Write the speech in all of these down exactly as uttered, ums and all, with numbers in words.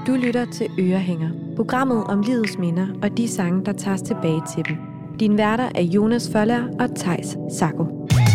Du lytter til Ørehænger, programmet om livets minder og de sange, der tages tilbage til dem. Dine værter er Jonas Føller og Theis Sacco.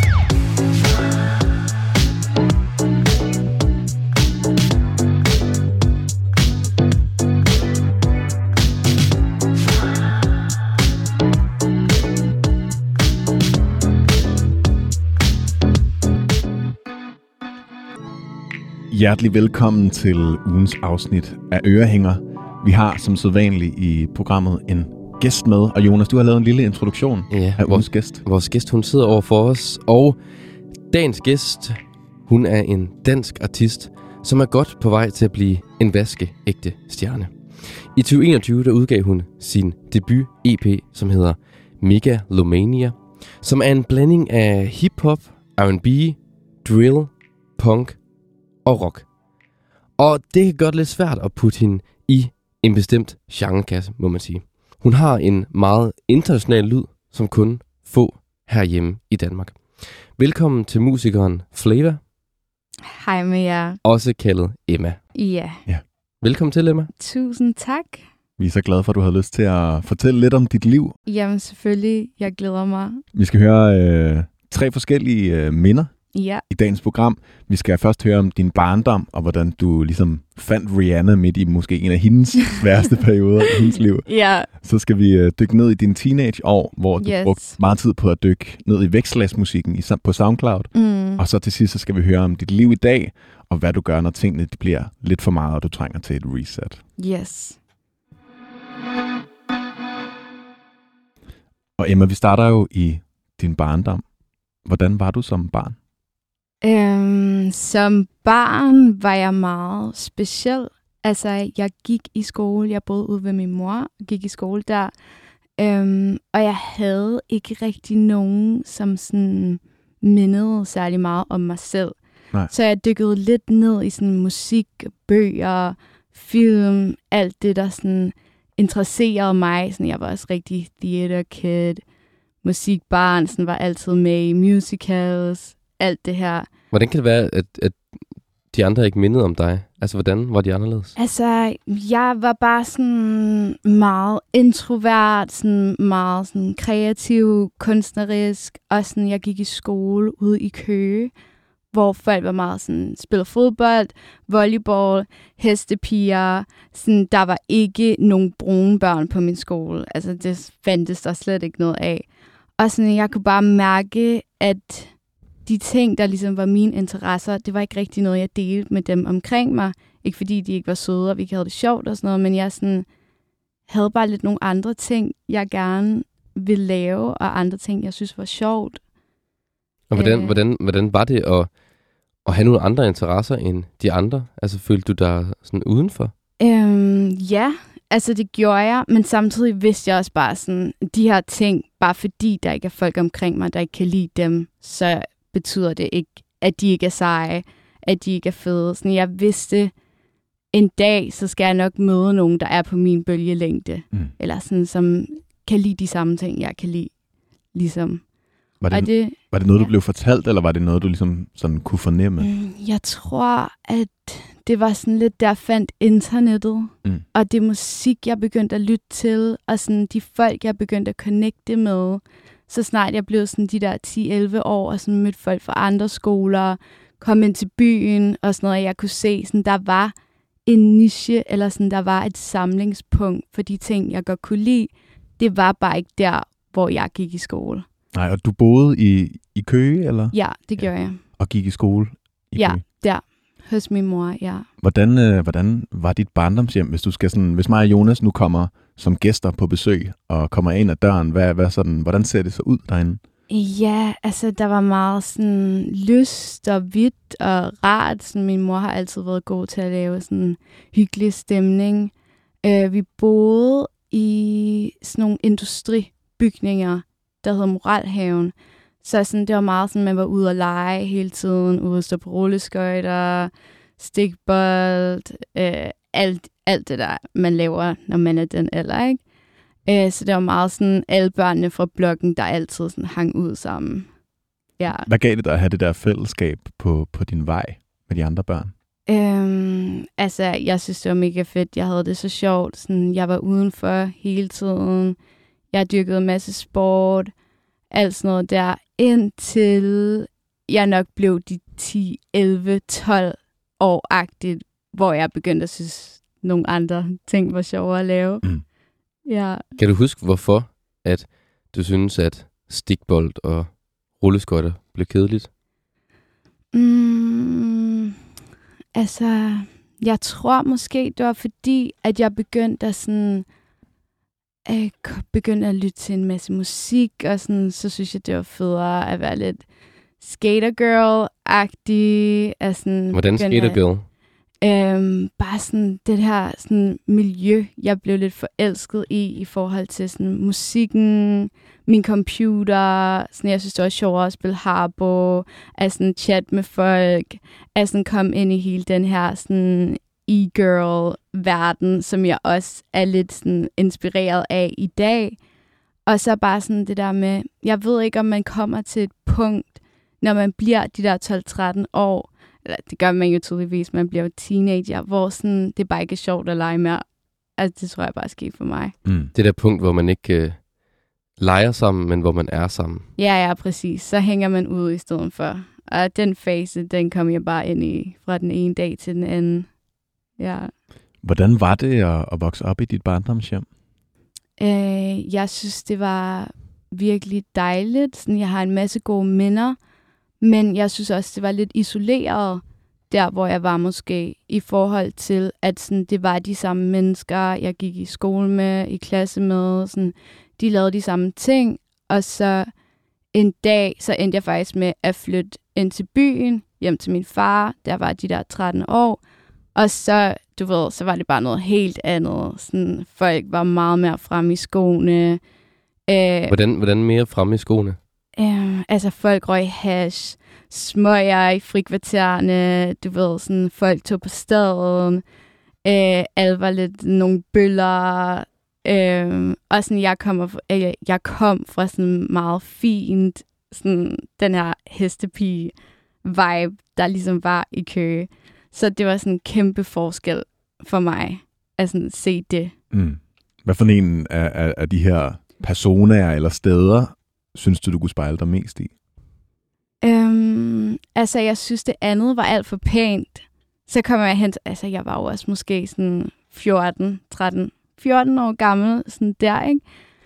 Hjertelig velkommen til ugens afsnit af Ørehænger. Vi har som sædvanligt i programmet en gæst med, og Jonas, du har lavet en lille introduktion ja, af ugens gæst. Vores gæst, hun sidder over for os, og dagens gæst, hun er en dansk artist, som er godt på vej til at blive en vaskeægte stjerne. I tyve enogtyve der udgav hun sin debut E P, som hedder Megalomania, som er en blanding af hip-hop, R and B, drill, punk og rock. Og det kan gøre det lidt svært at putte hende i en bestemt genrekasse, må man sige. Hun har en meget international lyd, som kun få herhjemme i Danmark. Velkommen til musikeren Flavor. Hej med jer. Også kaldet Emma. Ja. ja. Velkommen til, Emma. Tusind tak. Vi er så glade for, at du har lyst til at fortælle lidt om dit liv. Jamen selvfølgelig, jeg glæder mig. Vi skal høre øh, tre forskellige øh, minder ja. i dagens program. Vi skal først høre om din barndom, og hvordan du ligesom fandt Rihanna midt i måske en af hendes værste perioder i hendes liv. Ja. Så skal vi øh, dykke ned i dine teenageår, hvor du yes. brugte meget tid på at dykke ned i vækstlagsmusikken i, på SoundCloud. Mm. Og så til sidst så skal vi høre om dit liv i dag, og hvad du gør, når tingene de bliver lidt for meget, og du trænger til et reset. Yes. Og Emma, vi starter jo i din barndom. Hvordan var du som barn? Øhm, som barn var jeg meget speciel. Altså, jeg gik i skole. Jeg boede ude ved min mor, gik i skole der. Øhm, og jeg havde ikke rigtig nogen, som sådan mindede særlig meget om mig selv. Nej. Så jeg dykkede lidt ned i sådan musik, bøger, film, alt det, der sådan interesserede mig. Sådan, jeg var også rigtig theater kid, musikbarn, sådan var altid med i musicals, alt det her. Hvordan kan det være, at, at de andre ikke mindede om dig? Altså, hvordan var de anderledes? Altså, jeg var bare sådan meget introvert, sådan meget sådan kreativ, kunstnerisk, og sådan, jeg gik i skole ude i Køge, hvor folk var meget sådan, spillede fodbold, volleyball, hestepiger. Sådan, der var ikke nogen brune børn på min skole. Altså, det fandtes der slet ikke noget af. Og sådan, jeg kunne bare mærke, at de ting, der ligesom var mine interesser, det var ikke rigtig noget, jeg delte med dem omkring mig. Ikke fordi de ikke var søde, og vi ikke havde det sjovt og sådan noget, men jeg sådan, havde bare lidt nogle andre ting, jeg gerne ville lave, og andre ting, jeg synes var sjovt. Og hvordan, øh. hvordan, hvordan var det at, at have nogle andre interesser end de andre? Altså, følte du dig sådan udenfor? Øhm, ja, altså det gjorde jeg, men samtidig vidste jeg også bare sådan, de her ting, bare fordi der ikke er folk omkring mig, der ikke kan lide dem, så betyder det ikke, at de ikke er seje, at de ikke er fede. Sådan, jeg vidste, en dag, så skal jeg nok møde nogen, der er på min bølgelængde, mm. eller sådan, som kan lide de samme ting, jeg kan lide, ligesom. Var det, det, var det noget, ja. du blev fortalt, eller var det noget, du ligesom sådan kunne fornemme? Mm, jeg tror, at det var sådan lidt, der fandt internettet, mm. og det musik, jeg begyndte at lytte til, og sådan de folk, jeg begyndte at connecte med. Så snart jeg blev sådan de der ti elleve år, og sådan mødte folk fra andre skoler, kom ind til byen, og sådan noget, og jeg kunne se, sådan der var en niche, eller sådan der var et samlingspunkt for de ting, jeg godt kunne lide. Det var bare ikke der, hvor jeg gik i skole. Nej, og du boede i, i Køge, eller? Ja, det gjorde ja. jeg. Og gik i skole i ja, Køge? Ja, der. Hos min mor, ja. Hvordan, øh, hvordan var dit barndomshjem, hvis du skal sådan, hvis mig og Jonas nu kommer som gæster på besøg og kommer ind ad døren, hvad, hvad sådan, hvordan ser det så ud derinde? Ja, altså der var meget sådan lyst og hvidt og rart. Sådan, min mor har altid været god til at lave sådan hyggelig stemning. Uh, vi boede i sådan nogle industribygninger, der hedder Moralhaven. Så sådan, det var meget sådan, man var ude og lege hele tiden, ude at stå på rulleskøjter, stikbold, øh, alt, alt det der, man laver, når man er den alder, ikke? Øh, så det var meget sådan, alle børnene fra blokken, der altid sådan hang ud sammen. Ja. Hvad gav det dig at have det der fællesskab på, på din vej med de andre børn? Øhm, altså, jeg synes, det var mega fedt. Jeg havde det så sjovt. Sådan, jeg var udenfor hele tiden. Jeg dyrkede en masse sport. Alt sådan noget der. Indtil jeg nok blev de ti, elleve, tolv år-agtigt, hvor jeg begyndte at synes, nogle andre ting var sjovere at lave. Mm. Ja. Kan du huske, hvorfor at du synes, at stikbold og rulleskøjter blev kedeligt? Mm, altså, jeg tror måske, det var fordi, at jeg begyndte at sådan, øh, begyndte at lytte til en masse musik, og sådan, så synes jeg, det var federe at være lidt skatergirl-agtig. Altså, hvordan skatergirl? Øhm, bare sådan det her sådan miljø, jeg blev lidt forelsket i, i forhold til sådan musikken, min computer. Sådan, jeg synes, det var sjovere at spille Habbo, at sådan chat med folk, at sådan komme ind i hele den her sådan e-girl-verden, som jeg også er lidt sådan inspireret af i dag. Og så bare sådan det der med, jeg ved ikke, om man kommer til et punkt, når man bliver de der tolv tretten år, eller det gør man jo tydeligvis, man bliver jo teenager, hvor sådan, det bare ikke er sjovt at lege mere. Altså, det tror jeg bare sker for mig. Mm. Det der punkt, hvor man ikke øh, leger sammen, men hvor man er sammen. Ja, ja, præcis. Så hænger man ud i stedet for. Og den fase, den kom jeg bare ind i fra den ene dag til den anden. Ja. Hvordan var det at, at vokse op i dit barndomshjem? Øh, jeg synes, det var virkelig dejligt. Sådan, jeg har en masse gode minder. Men jeg synes også, det var lidt isoleret, der hvor jeg var måske, i forhold til, at sådan, det var de samme mennesker, jeg gik i skole med, i klasse med. Sådan, de lavede de samme ting, og så en dag, så endte jeg faktisk med at flytte ind til byen, hjem til min far. Der var de der tretten år, og så, du ved, så var det bare noget helt andet. Sådan, folk var meget mere fremme i skoene. Øh, hvordan, hvordan mere fremme i skoene? Øh, altså folk røg hash, smøger i frikvartererne, du ved, sådan folk tog på staden, øh, alle var lidt nogle bøller, øh, og sådan jeg, kommer, øh, jeg kom fra sådan meget fint, sådan den her hestepige-vibe, der ligesom var i Køge. Så det var sådan en kæmpe forskel for mig at sådan se det. Mm. Hvad for en af, af, af de her personer eller steder synes du, du kunne spejle dig mest i? Øhm, altså, jeg synes, det andet var alt for pænt. Så kom jeg hen til, altså, jeg var jo også måske sådan fjorten, tretten, fjorten år gammel, sådan der, ikke?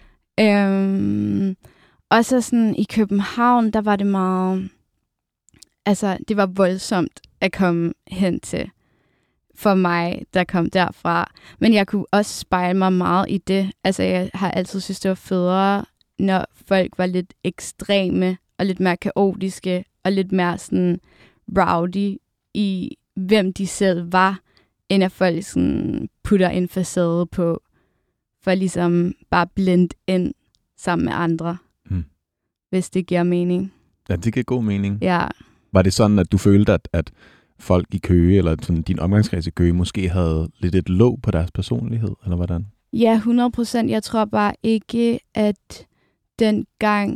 Øhm, og så sådan i København, der var det meget, altså, det var voldsomt at komme hen til for mig, der kom derfra. Men jeg kunne også spejle mig meget i det. Altså, jeg har altid synes, det var federe, når folk var lidt ekstreme og lidt mere kaotiske og lidt mere sådan rowdy i, hvem de selv var, end at folk sådan putter en facade på, for ligesom bare blende ind sammen med andre, hmm. hvis det giver mening. Ja, det giver god mening. Ja. Var det sådan, at du følte, at, at folk i Køge, eller sådan din omgangskreds i Køge, måske havde lidt et låg på deres personlighed, eller hvordan? Ja, hundrede procent. Jeg tror bare ikke, at dengang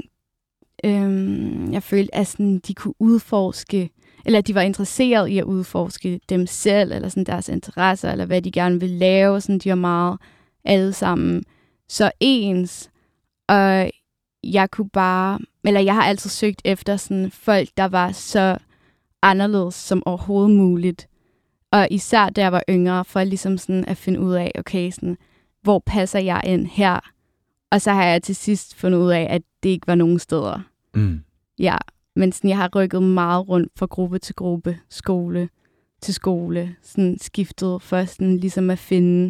øhm, jeg følte, at sådan, de kunne udforske, eller at de var interesseret i at udforske dem selv, eller sådan deres interesser, eller hvad de gerne vil lave. Sådan, de var meget alle sammen så ens. Og jeg kunne bare, eller jeg har altid søgt efter sådan folk, der var så anderledes som overhovedet muligt. Og især da jeg var yngre, for ligesom sådan at finde ud af, okay, sådan, hvor passer jeg ind her? Og så har jeg til sidst fundet ud af, at det ikke var nogen steder. Mm. Ja, men sådan, jeg har rykket meget rundt fra gruppe til gruppe, skole til skole, sådan skiftet for sådan ligesom at finde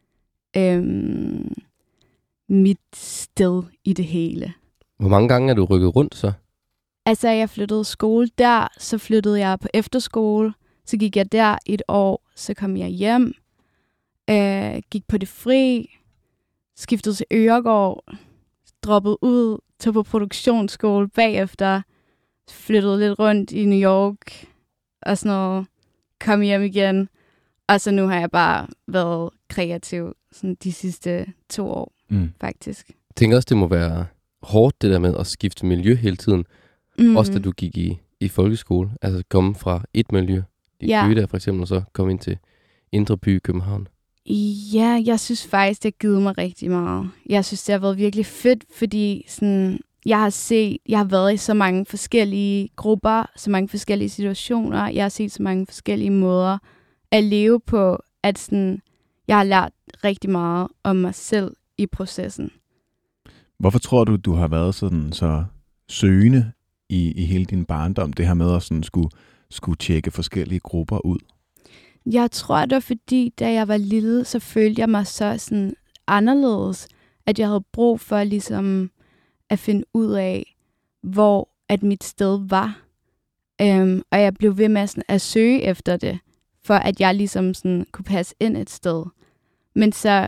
øhm, mit sted i det hele. Hvor mange gange er du rykket rundt så? Altså, jeg flyttede skole der, så flyttede jeg på efterskole, så gik jeg der et år, så kom jeg hjem, øh, gik på det fri, skiftede til Øregård, droppede ud, tog på produktionsskole bagefter, flyttede lidt rundt i New York og sådan noget, kom hjem igen, og så nu har jeg bare været kreativ sådan de sidste to år, mm. faktisk. Jeg tænker også, det må være hårdt det der med at skifte miljø hele tiden, mm. også da du gik i, i folkeskole, altså komme fra et miljø i ja. Køge der for eksempel, og så komme ind til Indre By i København? Ja, jeg synes faktisk, det har givet mig rigtig meget. Jeg synes, det har været virkelig fedt, fordi sådan, jeg har set, jeg har været i så mange forskellige grupper, så mange forskellige situationer. Jeg har set så mange forskellige måder at leve på, at sådan, jeg har lært rigtig meget om mig selv i processen. Hvorfor tror du, du har været sådan så søgende i, i hele din barndom, det her med at sådan skulle, skulle tjekke forskellige grupper ud? Jeg tror, det var fordi, da jeg var lille, så følte jeg mig så sådan anderledes, at jeg havde brug for ligesom at finde ud af, hvor at mit sted var. Um, og jeg blev ved med sådan at søge efter det, for at jeg ligesom sådan kunne passe ind et sted. Men så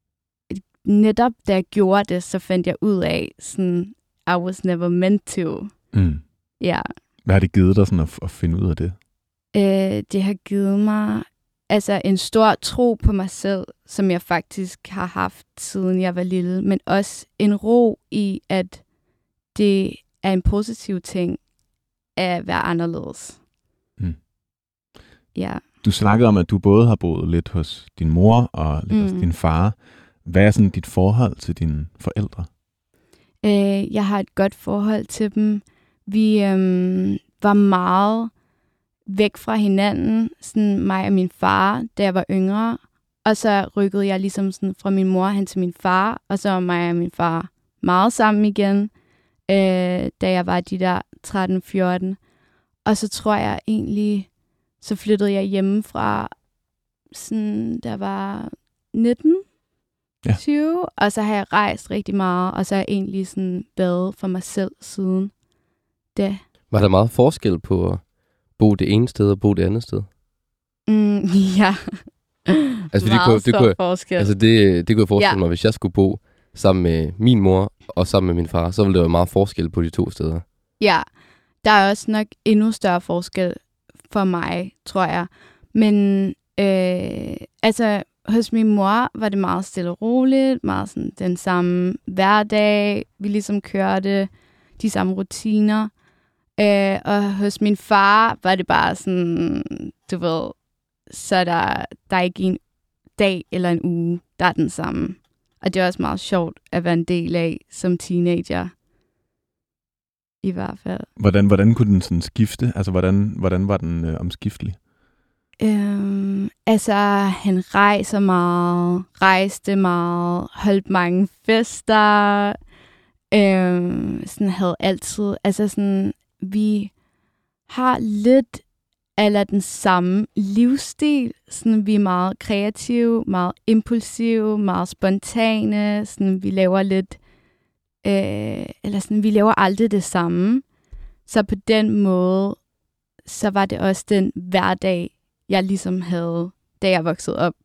netop da jeg gjorde det, så fandt jeg ud af, sådan, I was never meant to. Mm. Ja. Hvad har det givet dig sådan at, at finde ud af det? Øh, det har givet mig altså en stor tro på mig selv, som jeg faktisk har haft siden jeg var lille, men også en ro i, at det er en positiv ting at være anderledes. Mm. Ja. Du snakkede om, at du både har boet lidt hos din mor og lidt mm. hos din far. Hvad er sådan dit forhold til dine forældre? Øh, jeg har et godt forhold til dem. Vi øhm, var meget væk fra hinanden, sådan mig og min far, da jeg var yngre. Og så rykkede jeg ligesom sådan fra min mor hen til min far, og så var mig og min far meget sammen igen, øh, da jeg var de der tretten fjorten. Og så tror jeg egentlig, så flyttede jeg hjemmefra, sådan, der var nitten, ja. tyve, og så har jeg rejst rigtig meget, og så har jeg egentlig sådan badet for mig selv siden det. Var der meget forskel på at bo det ene sted og bo det andet sted? Mm, ja. Altså, meget det kunne, det kunne, forskel. Altså, det, det kunne jeg forestille ja. mig, hvis jeg skulle bo sammen med min mor og sammen med min far, så ville der være meget forskel på de to steder. Ja, der er også nok endnu større forskel for mig, tror jeg. Men øh, altså, hos min mor var det meget stille og roligt, meget sådan den samme hverdag. Vi ligesom kørte de samme rutiner. Øh, og hos min far var det bare sådan, du ved, så der, der er ikke en dag eller en uge, der er den samme. Og det er også meget sjovt at være en del af som teenager. I hvert fald. Hvordan, hvordan kunne den sådan skifte? Altså, hvordan, hvordan var den øh, omskiftelig? Øhm, altså, han rejser meget, rejste meget, holdt mange fester. Øhm, sådan havde altid, altså sådan, vi har lidt eller den samme livsstil. Sådan, vi er meget kreative, meget impulsive, meget spontane. Sådan, vi laver lidt, øh, eller sådan, vi laver aldrig det samme. Så på den måde, så var det også den hverdag, jeg ligesom havde, da jeg voksede op.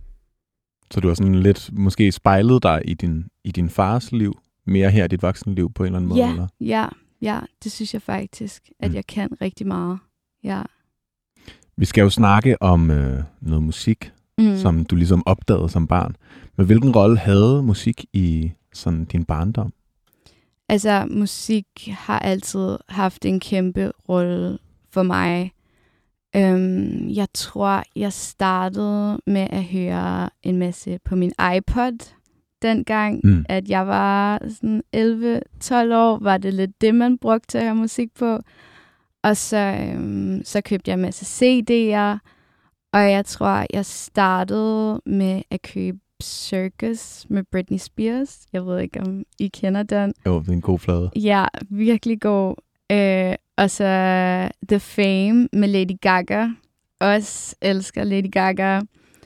Så du har sådan lidt måske spejlet dig i din, i din fars liv, mere her i dit voksenliv på en eller anden måde? Ja, eller? ja, ja, det synes jeg faktisk, at mm. jeg kan rigtig meget. Ja. Vi skal jo snakke om øh, noget musik, mm. som du ligesom opdagede som barn. Men hvilken rolle havde musik i sådan din barndom? Altså, musik har altid haft en kæmpe rolle for mig. Øhm, jeg tror, jeg startede med at høre en masse på min iPod. Dengang, mm. at jeg var sådan elleve tolv år, var det lidt det, man brugte til at høre musik på. Og så, øhm, så købte jeg en masse C D'er, og jeg tror, jeg startede med at købe Circus med Britney Spears. Jeg ved ikke, om I kender den. Jo, det er en god flade. Ja, virkelig god. Øh, og så The Fame med Lady Gaga. Også elsker Lady Gaga.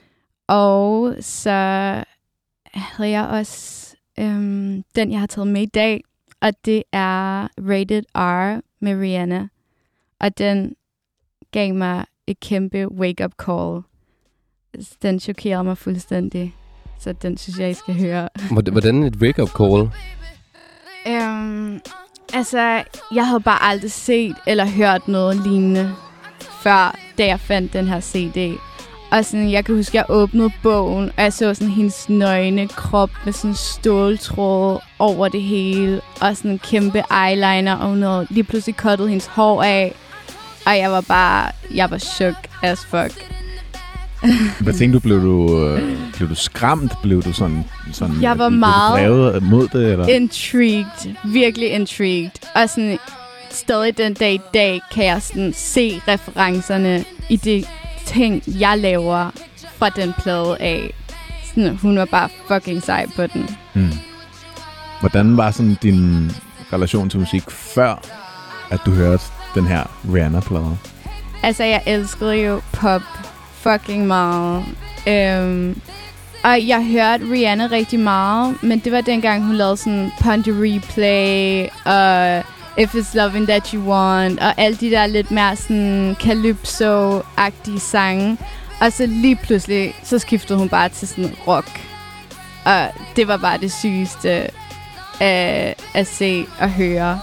Og så havde jeg også øhm, den, jeg har taget med i dag, og det er Rated R med Rihanna. Og den gav mig et kæmpe wake-up call. Den chokerede mig fuldstændig. Så den synes jeg, I skal høre. Hvordan et wake-up call? Øhm, altså, jeg havde bare aldrig set eller hørt noget lignende, før da jeg fandt den her C D. Og sådan, jeg kan huske, at jeg åbnede bogen, og jeg så sådan hendes nøgne krop med sådan ståltråd over det hele, og sådan en kæmpe eyeliner, og hun havde lige pludselig cuttet hendes hår af. Og jeg var bare, jeg var chok. as fuck. Hvad tænkte du? Blev du, øh, blev du skræmt? Blev du sådan... sådan jeg var blev meget... Blev du drevet mod det, eller? Intrigued. Virkelig intrigued. Og sådan... Stadig den dag i dag kan jeg sådan se referencerne i de ting, jeg laver fra den plade af. Sådan, hun var bare fucking sej på den. Mm. Hvordan var sådan din relation til musik før, at du hørte den her Rihanna-plade? Altså, jeg elskede jo pop fucking meget. Øhm, og jeg hørte Rihanna rigtig meget, men det var dengang, hun lavede sådan Pon de Replay og If It's Loving That You Want og alle de der lidt mere sådan calypso-agtige sange. Og så lige pludselig, så skiftede hun bare til sådan rock. Og det var bare det sygeste at, at se og høre.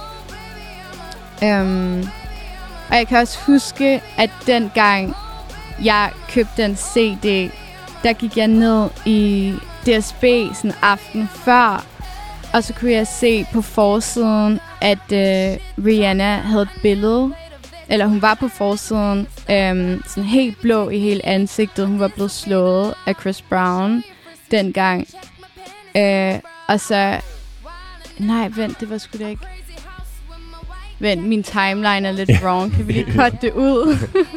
Um, og jeg kan også huske, at dengang jeg købte den C D, der gik jeg ned i D S B sådan aften før, og så kunne jeg se på forsiden, at uh, Rihanna havde et billede, eller hun var på forsiden, um, sådan helt blå i hele ansigtet. Hun var blevet slået af Chris Brown dengang. Uh, og så... Nej, vent, det var sgu da ikke... Vent, min timeline er lidt wrong. Kan vi lige cutte det ud?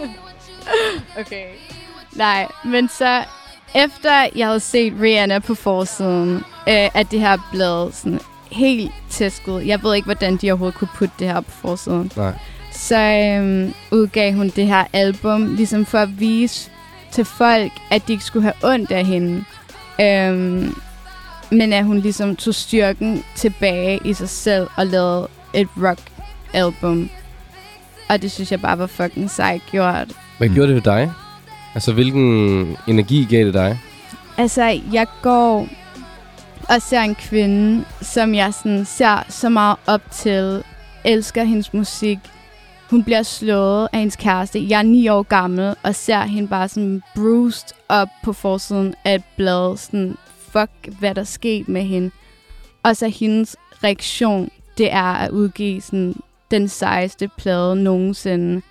Okay. Nej, men så... Efter jeg havde set Rihanna på forsiden, øh, at det her blad sådan helt tæsket. Jeg ved ikke, hvordan de overhovedet kunne putte det her på forsiden. Nej. Så øhm, udgav hun det her album, ligesom for at vise til folk, at de ikke skulle have ondt af hende. Øhm, men at hun ligesom tog styrken tilbage i sig selv og lavede et rock-album. Og det synes jeg bare var fucking sejt gjort. Hvad gjorde det ved dig? Altså, hvilken energi gav det dig? Altså, jeg går og ser en kvinde, som jeg sådan ser så meget op til, elsker hendes musik. Hun bliver slået af hendes kæreste. Jeg er ni år gammel og ser hende bare sådan bruised op på forsiden af et blad. Sådan, fuck, hvad der skete med hende. Og så hendes reaktion, det er at udgive sådan den sejeste plade nogensinde.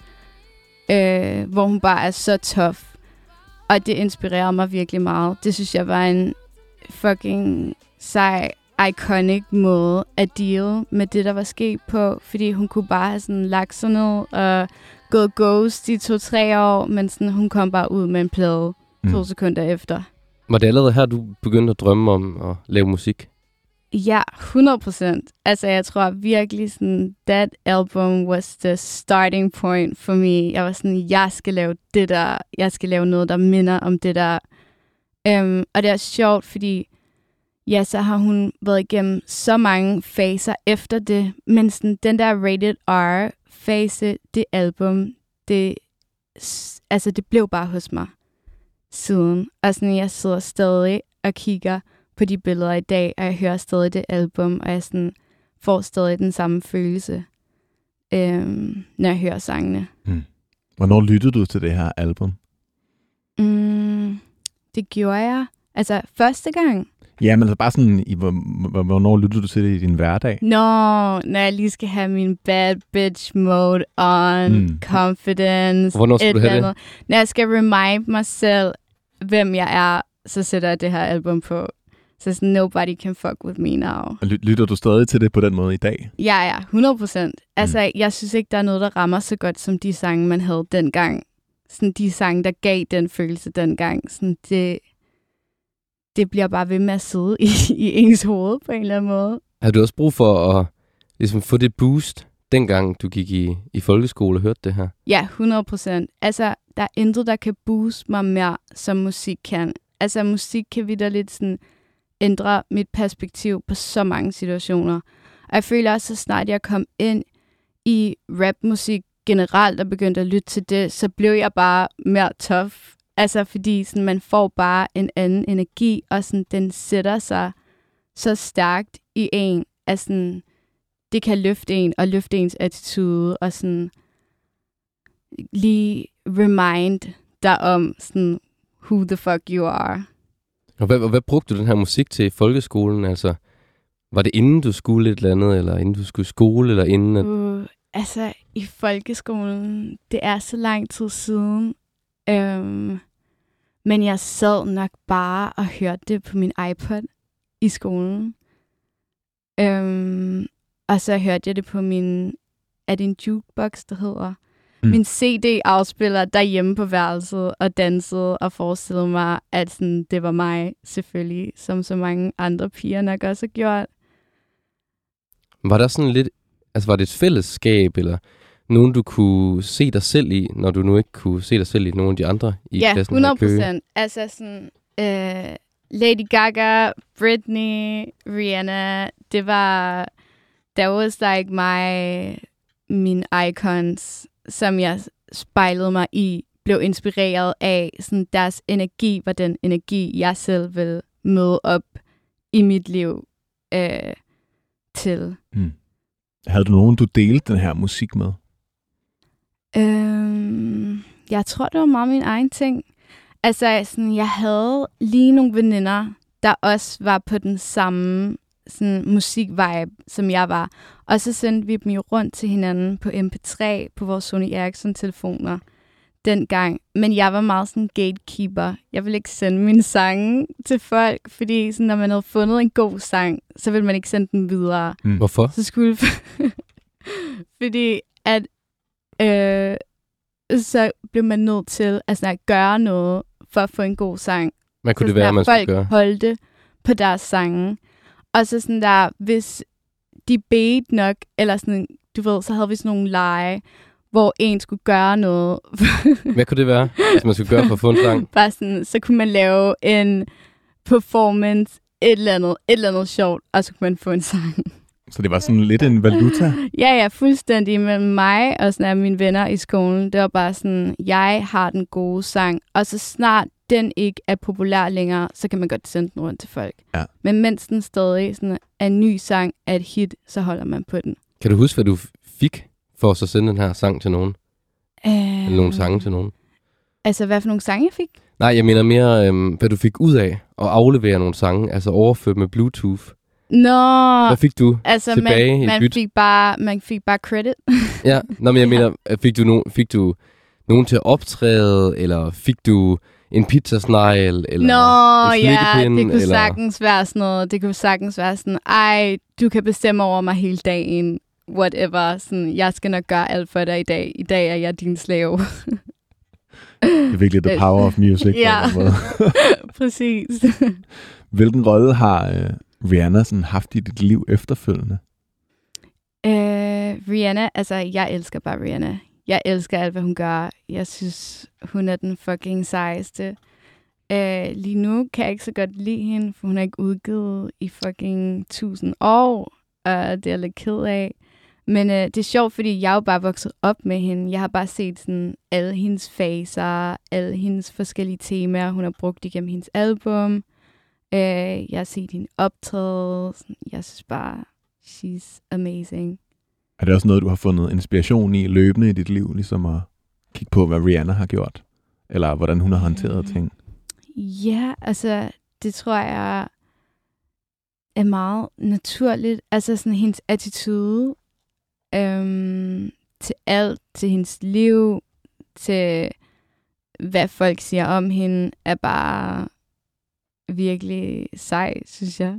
Øh, hvor hun bare er så tough. Og det inspirerer mig virkelig meget. Det synes jeg var en fucking sej, iconic måde at deal med det, der var sket på. Fordi hun kunne bare have sådan lagt sig ned og gået ghost i to-tre år, men sådan, hun kom bare ud med en plade mm. to sekunder efter. Var det allerede her, du begyndte at drømme om at lave musik? Ja, hundrede procent. Altså, jeg tror virkelig sådan, that album was the starting point for me. Jeg var sådan, jeg skal lave det der. Jeg skal lave noget, der minder om det der. Um, og det er sjovt, fordi ja, så har hun været igennem så mange faser efter det. Men sådan, den der Rated R-fase, det album, det, altså, det blev bare hos mig siden. Og sådan, jeg sidder stadig og kigger på de billeder i dag, og jeg hører stadig det album, og jeg sådan får stadig den samme følelse, øhm, når jeg hører sangene. Mm. Hvornår lyttede du til det her album? Mm, det gjorde jeg. Altså, første gang. Ja, men altså bare sådan, i, hvornår lyttede du til det i din hverdag? Nå, når jeg lige skal have min bad bitch mode on, mm. confidence. Hvornår skal du have det? Når jeg skal remind mig selv, hvem jeg er, så sætter jeg det her album på. Så sådan, nobody can fuck with me now. Og lytter du stadig til det på den måde i dag? Ja, ja, hundrede procent. Altså, mm. jeg synes ikke, der er noget, der rammer så godt, som de sange, man havde dengang. Sådan de sange, der gav den følelse dengang. Sådan, det, det bliver bare ved med at sidde i, i ens hoved på en eller anden måde. Har du også brug for at ligesom, få det boost, dengang du gik i, i folkeskole og hørte det her? Ja, hundrede procent. Altså, der er intet, der kan booste mig mere, som musik kan. Altså, musik kan vitterligt sådan ændre mit perspektiv på så mange situationer. Og jeg føler også, så snart jeg kom ind i rapmusik generelt og begyndte at lytte til det, så blev jeg bare mere tough. Altså fordi sådan, man får bare en anden energi, og sådan, den sætter sig så stærkt i en, at sådan, det kan løfte en, og løfte ens attitude, og sådan lige remind dig om sådan, who the fuck you are. Og hvad, hvad brugte du den her musik til i folkeskolen? Altså, var det inden du skulle et eller andet, eller inden du skulle skole, eller inden? At... Uh, altså, i folkeskolen, det er så lang tid siden. Øhm, men jeg sad nok bare og hørte det på min iPod i skolen. Øhm, og så hørte jeg det på min... Er det en jukebox, der hedder? Mm. Min C D-afspiller derhjemme på værelset og dansede og forestillede mig, at sådan, det var mig selvfølgelig, som så mange andre piger nok også har gjort. Var der sådan lidt... Altså var det et fællesskab, eller nogen, du kunne se dig selv i, når du nu ikke kunne se dig selv i nogle af de andre i ja, klassen? Ja, hundrede procent. Altså sådan... Øh, Lady Gaga, Britney, Rihanna, det var... That was like my... mine icons, som jeg spejlede mig i, blev inspireret af. Sådan deres energi var den energi, jeg selv ville møde op i mit liv øh, til. Mm. Havde du nogen, du delte den her musik med? Øhm, jeg tror, det var meget min egen ting. Altså, sådan, jeg havde lige nogle veninder, der også var på den samme sådan musik-vibe, som jeg var. Og så sendte vi dem jo rundt til hinanden på M P tre på vores Sony Ericsson-telefoner dengang. Men jeg var meget sådan gatekeeper. Jeg ville ikke sende mine sange til folk, fordi sådan, når man havde fundet en god sang, så ville man ikke sende den videre. Mm. Hvorfor? Så skulle fordi at øh, så blev man nødt til at, sådan, at gøre noget for at få en god sang. Hvad kunne så, det være, man skulle gøre? Folk holdte på deres sange. Og så sådan der, hvis de bedte nok, eller sådan, du ved, så havde vi sådan nogle lege, hvor en skulle gøre noget. Hvad kunne det være, hvis man skulle gøre for at få en sang? Bare sådan, så kunne man lave en performance, et eller andet, et eller andet sjovt, og så kunne man få en sang. Så det var sådan lidt en valuta? Ja, ja, fuldstændig. Mellem mig og sådan af mine venner i skolen, det var bare sådan, jeg har den gode sang, og så snart den ikke er populær længere, så kan man godt sende den rundt til folk. Ja. Men mens den stadig sådan, er en ny sang, er et hit, så holder man på den. Kan du huske, hvad du fik for at så sende den her sang til nogen? Øh... Eller nogle sange til nogen? Altså, hvad for nogle sange jeg fik? Nej, jeg mener mere, øhm, hvad du fik ud af at aflevere nogle sange, altså overført med Bluetooth. Nå, hvad fik du altså, tilbage man, i man byt? fik bare, man fik bare credit. Ja, nå, men jeg mener, fik du, no, fik du nogen til at optræde, eller fik du en pizzasnegl, eller Nå, en ja, det kunne eller... sagtens være sådan noget. Det kunne sagtens være sådan, ej, du kan bestemme over mig hele dagen, whatever. Sådan, jeg skal nok gøre alt for dig i dag. I dag er jeg din slave. Det er virkelig the power of music. Ja, præcis. Hvilken rolle har øh, Rihanna sådan haft i dit liv efterfølgende? Øh, Rihanna, altså jeg elsker bare Rihanna. Jeg elsker alt, hvad hun gør. Jeg synes, hun er den fucking sejeste. Øh, lige nu kan jeg ikke så godt lide hende, for hun har ikke udgivet i fucking tusind år. Og det er jeg lidt ked af. Men øh, det er sjovt, fordi jeg er jo bare vokset op med hende. Jeg har bare set sådan alle hendes facer, alle hendes forskellige temaer, hun har brugt igennem hendes album. Øh, jeg har set hende optræde. Jeg synes bare, she's amazing. Er det også noget, du har fundet inspiration i løbende i dit liv, ligesom at kigge på, hvad Rihanna har gjort? Eller hvordan hun har håndteret mm. ting? Ja, altså, det tror jeg er meget naturligt. Altså sådan hendes attitude øhm, til alt, til hendes liv, til hvad folk siger om hende, er bare virkelig sej, synes jeg.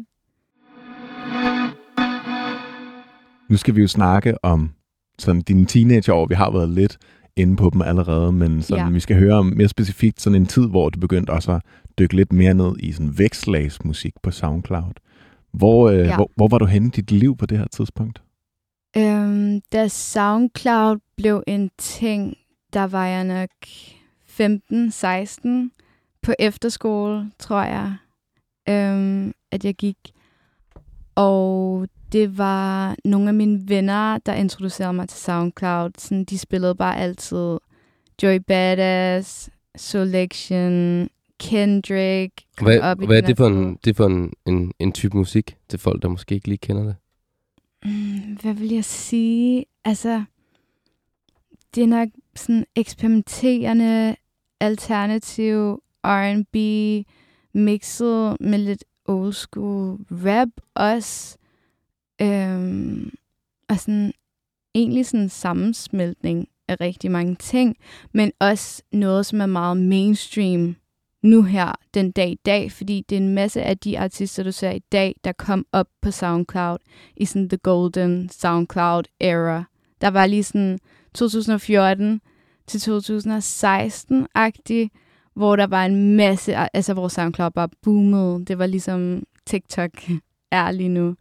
Nu skal vi jo snakke om sådan, dine teenageår. Vi har været lidt inde på dem allerede, men sådan, ja. Vi skal høre om mere specifikt sådan en tid, hvor du begyndte også at dykke lidt mere ned i sådan vækstlagsmusik på SoundCloud. Hvor, øh, ja. hvor, hvor var du henne i dit liv på det her tidspunkt? Øhm, da SoundCloud blev en ting, der var jeg nok femten seksten på efterskole, tror jeg, øhm, at jeg gik. Og det var nogle af mine venner, der introducerede mig til SoundCloud. Sådan, de spillede bare altid Joey Badass, Selection, Kendrick. Hvad, hvad er det for, en, det for en, en, en type musik til folk, der måske ikke lige kender det? Mm, hvad vil jeg sige? Altså, det er nok sådan eksperimenterende, alternativ R and B, mixet med lidt old school rap også. Øhm, og sådan egentlig sådan en sammensmeltning af rigtig mange ting, men også noget, som er meget mainstream nu her, den dag i dag, fordi det er en masse af de artister, du ser i dag, der kom op på SoundCloud i sådan the golden SoundCloud era. Der var lige sådan to tusind og fjorten til to tusind og seksten-agtig, hvor der var en masse, altså hvor SoundCloud bare boomede. Det var ligesom TikTok er lige nu.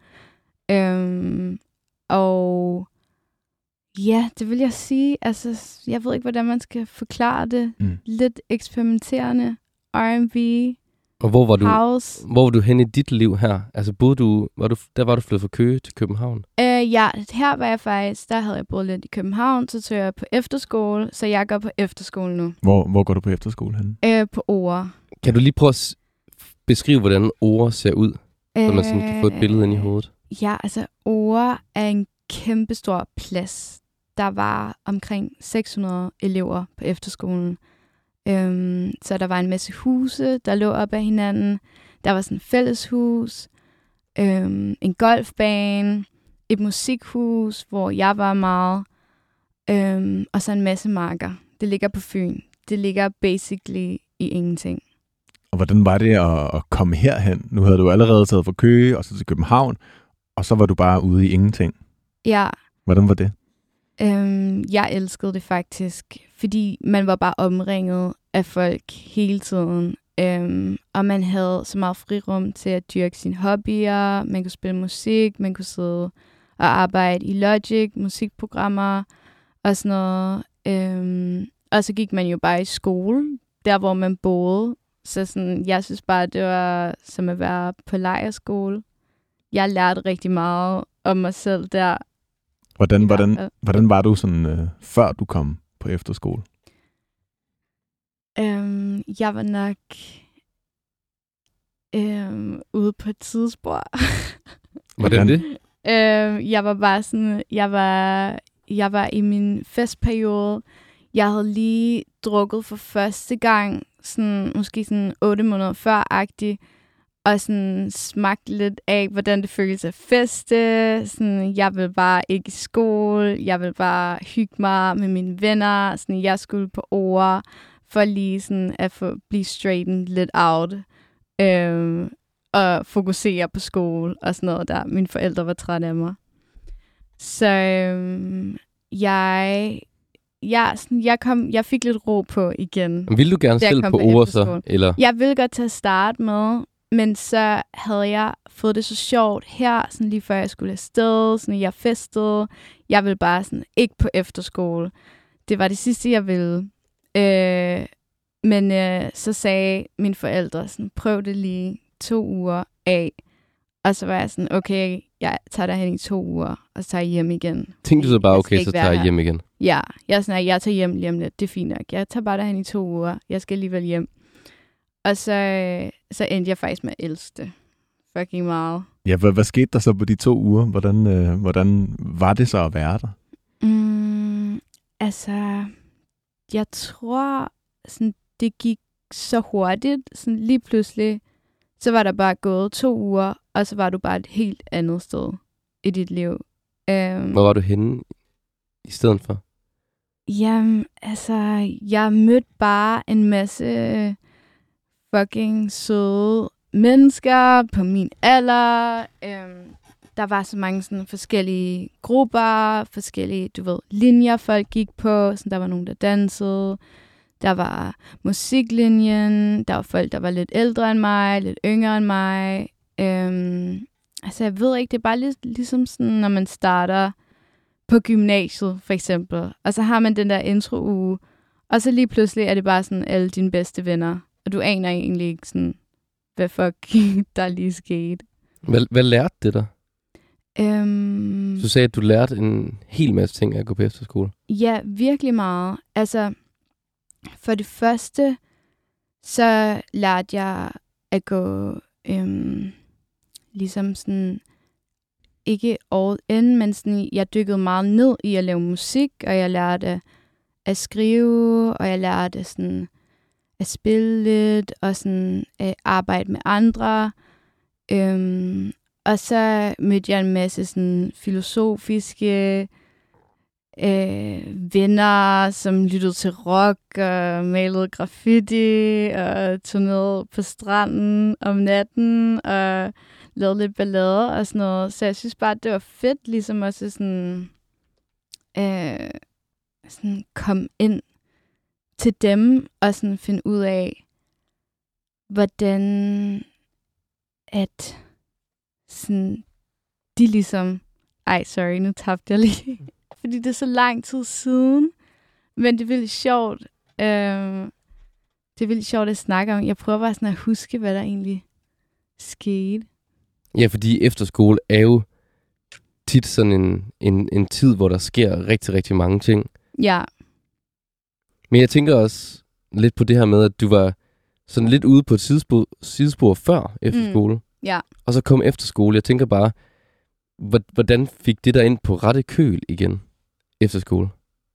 Øhm, og ja, det vil jeg sige. Altså, jeg ved ikke, hvordan man skal forklare det. Mm. Lidt eksperimenterende R and B, Og hvor var du, house. hvor var du hen i dit liv her? Altså boede du, var du, der var du flyttet fra Køge til København? Øh, ja, her var jeg faktisk, der havde jeg boet lidt i København, så tog jeg på efterskole, så jeg går på efterskole nu. Hvor, hvor går du på efterskole henne? Øh, på Ore. Kan du lige prøve at s- beskrive, hvordan Ore ser ud, så man sådan kan få et billede ind i hovedet? Ja, altså Ore er en kæmpestor plads. Der var omkring seks hundrede elever på efterskolen. Øhm, så der var en masse huse, der lå op ad hinanden. Der var sådan et fælleshus, øhm, en golfbane, et musikhus, hvor jeg var meget, øhm, og så en masse marker. Det ligger på Fyn. Det ligger basically i ingenting. Og hvordan var det at, at komme herhen? Nu havde du allerede taget fra Køge og så til København, og så var du bare ude i ingenting. Ja. Hvordan var det? Øhm, jeg elskede det faktisk, fordi man var bare omringet af folk hele tiden. Øhm, og man havde så meget frirum til at dyrke sine hobbyer. Man kunne spille musik, man kunne sidde og arbejde i Logic, musikprogrammer og sådan noget. Øhm, og så gik man jo bare i skole, der hvor man boede. Så sådan, jeg synes bare, det var som at være på lejrskole. Jeg lærte rigtig meget om mig selv der. Hvordan, hvordan, hvordan var du sådan, øh, før du kom på efterskole? Øhm, jeg var nok øhm, ude på et tidsspor. Hvordan det? øhm, jeg var bare sådan, jeg var, jeg var i min festperiode. Jeg havde lige drukket for første gang, sådan, måske sådan otte måneder før-agtig, og sådan smagt lidt af, hvordan det føles at feste. Sådan, jeg ville bare ikke i skole. Jeg ville bare hygge mig med mine venner. Sådan, jeg skulle på ord for lige sådan at få, blive straightened lidt out. Øhm, og fokusere på skole og sådan noget der. Mine forældre var trætte af mig. Så øhm, jeg... Jeg, sådan, jeg, kom, jeg fik lidt ro på igen. Men ville du gerne selv på ord så? Eller? Jeg ville godt til at starte med, men så havde jeg fået det så sjovt her, sådan lige før jeg skulle afsted, sådan jeg festede. Jeg ville bare sådan ikke på efterskole. Det var det sidste, jeg ville. Øh, men øh, så sagde mine forældre, sådan, prøv det lige to uger af. Og så var jeg sådan, okay, jeg tager derhen i to uger, og så tager jeg hjem igen. Tænkte du så bare, okay, så tager jeg hjem igen? Ja, jeg er sådan, jeg tager hjem lige om lidt, det er fint nok. Jeg tager bare derhen i to uger, jeg skal alligevel hjem. Og så, så endte jeg faktisk med at elske det fucking meget. Ja, hvad, hvad skete der så på de to uger? Hvordan, øh, hvordan var det så at være der? Mm, altså, jeg tror, sådan, det gik så hurtigt. Sådan, lige pludselig, så var der bare gået to uger, og så var du bare et helt andet sted i dit liv. Um, Hvor var du henne i stedet for? Jamen, altså, jeg mødte bare en masse fucking søde mennesker på min alder. Um, der var så mange sådan forskellige grupper, forskellige, du ved, linjer folk gik på. Så der var nogen, der dansede. Der var musiklinjen. Der var folk, der var lidt ældre end mig, lidt yngre end mig. Um, altså, jeg ved ikke, det er bare lidt ligesom sådan, når man starter på gymnasiet, for eksempel. Og så har man den der intro-uge. Og så lige pludselig er det bare sådan alle dine bedste venner. Og du aner egentlig ikke sådan, hvad fuck der lige skete. Hvad, hvad lærte det dig? Um, Du sagde, at du lærte en hel masse ting af at gå på efterskole. Ja, virkelig meget. Altså, for det første, så lærte jeg at gå um, ligesom sådan, ikke all in, men sådan, jeg dykkede meget ned i at lave musik, og jeg lærte at, at skrive, og jeg lærte sådan, at spille lidt, og sådan, at arbejde med andre. Um, og så mødte jeg en masse sådan, filosofiske øh, venner, som lyttede til rock og malede graffiti og tog ned på stranden om natten og lavede lidt ballade og sådan noget. Så jeg synes bare, det var fedt, ligesom også sådan, øh, sådan komme ind til dem og sådan finde ud af, hvordan at sådan, de ligesom... Ej, sorry, nu tabte jeg lige. Fordi det er så lang tid siden. Men det er virkelig sjovt. Øh, det er virkelig sjovt at snakke om. Jeg prøver bare sådan at huske, hvad der egentlig skete. Ja, fordi efterskole er jo tit sådan en, en, en tid, hvor der sker rigtig, rigtig mange ting. Ja. Men jeg tænker også lidt på det her med, at du var sådan lidt ude på et sidespor, sidespor før efterskole. Mm. Ja. Og så kom efterskole. Jeg tænker bare, hvordan fik det der ind på rette køl igen efter skole?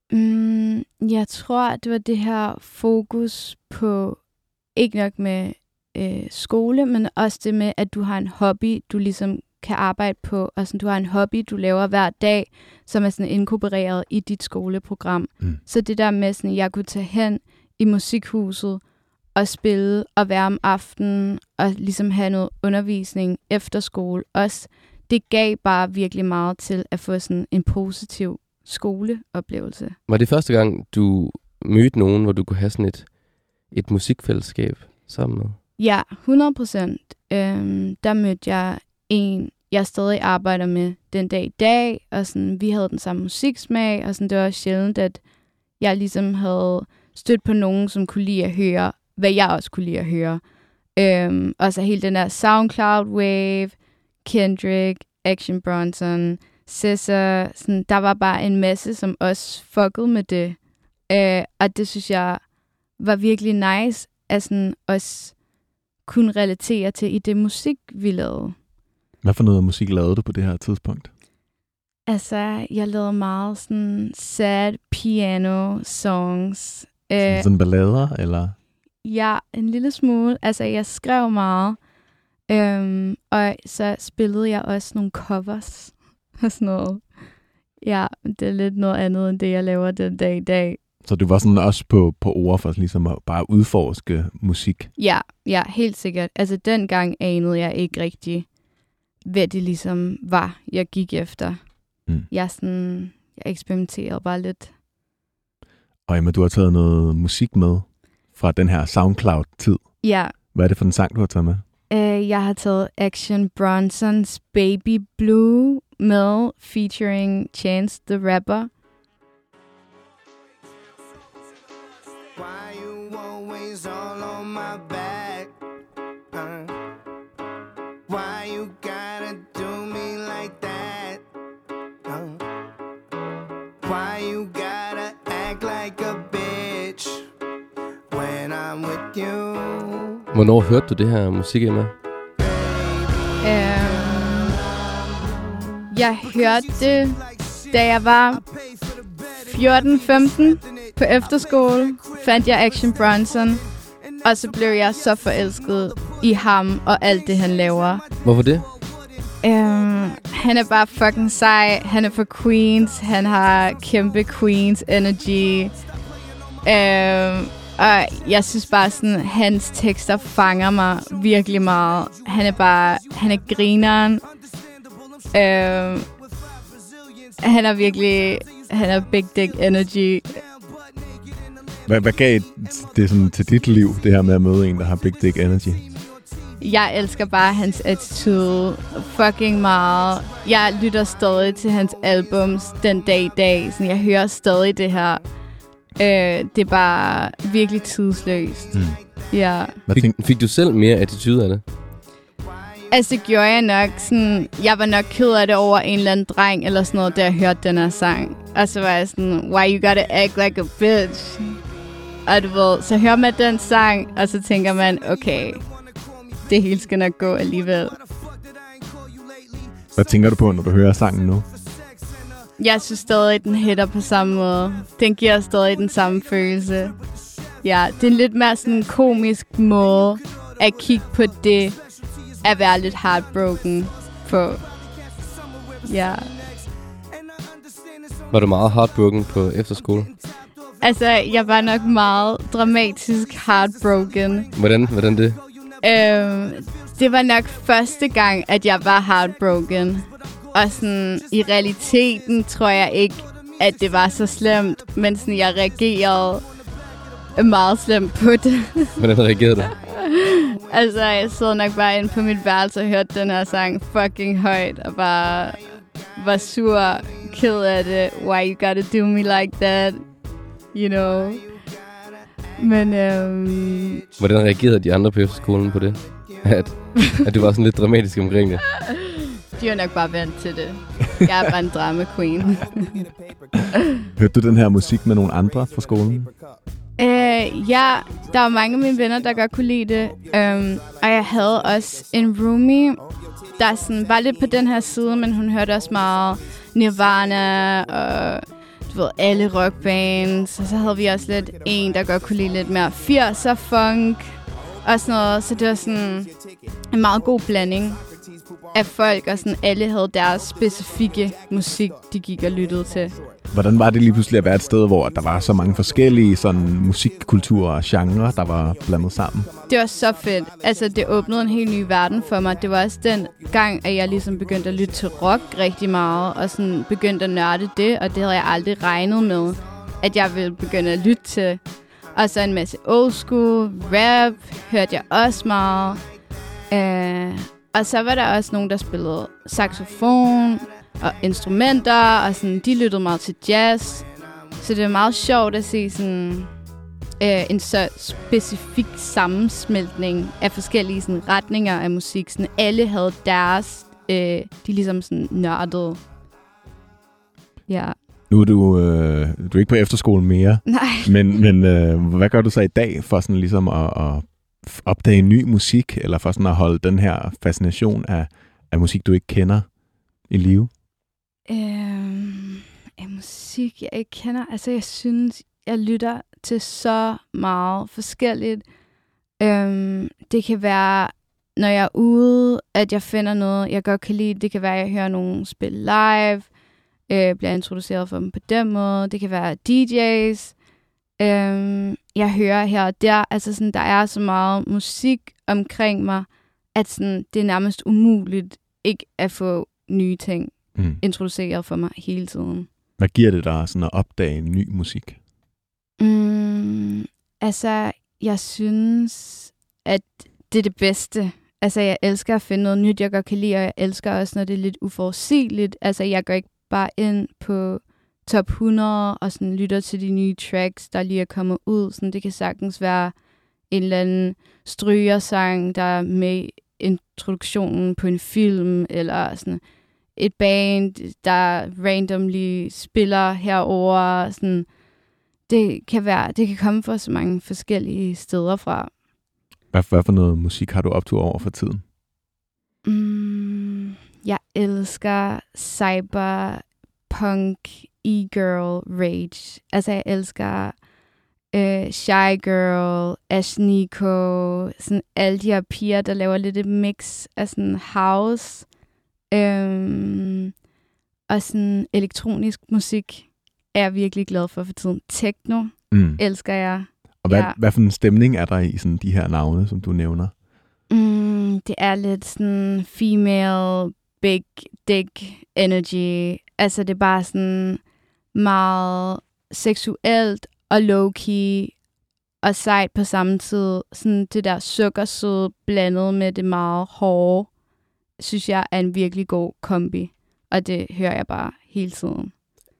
Mm, jeg tror, det var det her fokus på, ikke nok med øh, skole, men også det med, at du har en hobby, du ligesom kan arbejde på, og sådan, du har en hobby, du laver hver dag, som er sådan inkorporeret i dit skoleprogram. Mm. Så det der med, sådan, jeg kunne tage hen i musikhuset og spille og være om aftenen, og ligesom have noget undervisning efter skole også. Det gav bare virkelig meget til at få sådan en positiv skoleoplevelse. Var det første gang, du mødte nogen, hvor du kunne have sådan et, et musikfællesskab sammen med? Ja, hundrede procent. Øhm, der mødte jeg en, jeg stadig arbejder med den dag i dag, og sådan, vi havde den samme musiksmag, og sådan, det var sjældent, at jeg ligesom havde stødt på nogen, som kunne lide at høre, hvad jeg også kunne lide at høre. Øhm, og så hele den der SoundCloud-wave, Kendrick, Action Bronson, S Z A, sådan, der var bare en masse, som også fuckede med det. Øh, og det synes jeg var virkelig nice, at sådan også kunne relatere til i det musik, vi lavede. Hvad for noget musik lavede du på det her tidspunkt? Altså, jeg lavede meget sådan sad piano songs. Sådan, sådan ballader, eller? Ja, en lille smule. Altså, jeg skrev meget. Øhm, og så spillede jeg også nogle covers og sådan noget. Ja, det er lidt noget andet, end det, jeg laver den dag i dag. Så du var sådan også på, på ord for ligesom at bare udforske musik? Ja, ja, helt sikkert. Altså, dengang anede jeg ikke rigtig, hvad det ligesom var, jeg gik efter. Mm. Jeg, sådan, jeg eksperimenterede bare lidt. Og Emma, du har taget noget musik med fra den her SoundCloud-tid. Ja. Hvad er det for en sang, du har taget med? Uh, jeg har taget Action Bronsons Baby Blue med, featuring Chance the Rapper. Why you always all on my back? Uh, why you gotta do me like that? Uh, why you gotta act like a bitch when I'm with you? Hvornår hørte du det her musik, Emma? Um, jeg hørte det, da jeg var fjorten femten på efterskole. Fandt jeg Action Bronson, og så blev jeg så forelsket i ham og alt det, han laver. Hvorfor det? Um, han er bare fucking sej. Han er fra Queens. Han har kæmpe Queens energy. Um, Og jeg synes bare sådan, hans tekster fanger mig virkelig meget. Han er bare, han er grineren. Øh, han er virkelig, han er big dick energy. Hvad, hvad gav det sådan til dit liv, det her med at møde en, der har big dick energy? Jeg elsker bare hans attitude fucking meget. Jeg lytter stadig til hans albums den dag i dag. Så jeg hører stadig det her. Øh, det er bare virkelig tidsløst. Mm. Ja. Fik, fik du selv mere attitude af det? Altså, det gjorde jeg nok. Sådan, jeg var nok ked af det over en eller anden dreng, eller sådan noget, da jeg hørte den her sang. Og så var jeg sådan, why you gotta act like a bitch? Og du ved, så hører man den sang, og så tænker man, okay, det hele skal nok gå alligevel. Hvad tænker du på, når du hører sangen nu? Jeg synes stadig, at den hitter på samme måde. Den giver stadig den samme følelse. Ja, det er en lidt mere sådan en komisk måde at kigge på det, at være lidt heartbroken på. Ja. Var du meget heartbroken på efterskole? Altså, jeg var nok meget dramatisk heartbroken. Hvordan, hvordan det? Øhm, det var nok første gang, at jeg var heartbroken. Og sådan, i realiteten tror jeg ikke, at det var så slemt. Men sådan, jeg reagerede meget slemt på det. Hvordan reagerede du? Altså, jeg sad nok bare inde på mit værelse og hørte den her sang fucking højt. Og bare var sur, ked af det. Why you gotta do me like that? You know. Men øhm... hvordan reagerede de andre på efterskolen på det? At, at du var sådan lidt dramatisk omkring det? De er nok bare vant til det. Jeg er bare en drama queen. Hørte du den her musik med nogle andre fra skolen? Øh, ja, der var mange af mine venner, der godt kunne lide det. Um, og jeg havde også en roomie, der sådan var lidt på den her side, men hun hørte også meget Nirvana og du ved, alle rockbands. Og så havde vi også lidt en, der godt kunne lide lidt mere firser funk og sådan noget. Så det var sådan en meget god blanding af folk, og sådan alle havde deres specifikke musik, de gik og lyttede til. Hvordan var det lige pludselig at være et sted, hvor der var så mange forskellige sådan, musikkulturer og genrer, der var blandet sammen? Det var så fedt. Altså, det åbnede en helt ny verden for mig. Det var også den gang, at jeg ligesom begyndte at lytte til rock rigtig meget, og sådan begyndte at nørde det, og det havde jeg aldrig regnet med, at jeg ville begynde at lytte til. Og så en masse old school, rap hørte jeg også meget. Uh, og så var der også nogen, der spillede saxofon og instrumenter, og sådan, de lyttede meget til jazz. Så det er meget sjovt at se sådan, øh, en så specifik sammensmeltning af forskellige sådan, retninger af musik. Sådan, alle havde deres, øh, de ligesom sådan nørdede. Ja. Nu er du, øh, du er ikke på efterskole mere. Nej. Men, men øh, hvad gør du så i dag for sådan ligesom at, at opdage ny musik, eller for sådan at holde den her fascination af, af musik, du ikke kender i live? Øhm, af musik, jeg ikke kender. Altså, jeg synes, jeg lytter til så meget forskelligt. Øhm, det kan være, når jeg er ude, at jeg finder noget, jeg godt kan lide. Det kan være, at jeg hører nogen spille live, øh, bliver introduceret for dem på den måde. Det kan være D J's. Øhm, jeg hører her og der. Altså, sådan, der er så meget musik omkring mig, at sådan, det er nærmest umuligt ikke at få nye ting mm. introduceret for mig hele tiden. Hvad giver det dig sådan at opdage ny musik? Mm, altså, jeg synes, at det er det bedste. Altså, jeg elsker at finde noget nyt, jeg godt kan lide, og jeg elsker også, når det er lidt uforudsigeligt. Altså, jeg går ikke bare ind på top hundrede og sådan lytter til de nye tracks, der lige er kommet ud. Sådan, det kan sagtens være en eller anden strygersang, der er med introduktionen på en film, eller sådan et band, der randomly spiller herover. Sådan, det kan være, det kan komme fra så mange forskellige steder fra. Hvad, hvad for noget musik har du optur over for tiden? Mm, jeg elsker cyberpunk, e-girl, rage. Altså, jeg elsker øh, Shy Girl, Ashniko, sådan alle de her piger, der laver lidt et mix af sådan house øhm, og sådan elektronisk musik er jeg virkelig glad for for tiden. Techno mm. elsker jeg. Og hvad, ja. hvad for en stemning er der i sådan de her navne, som du nævner? Mm, det er lidt sådan female, big dick energy. Altså, det er bare sådan meget seksuelt og low-key og sejt på samme tid. Sådan det der sukkersøde blandet med det meget hårde, synes jeg er en virkelig god kombi. Og det hører jeg bare hele tiden.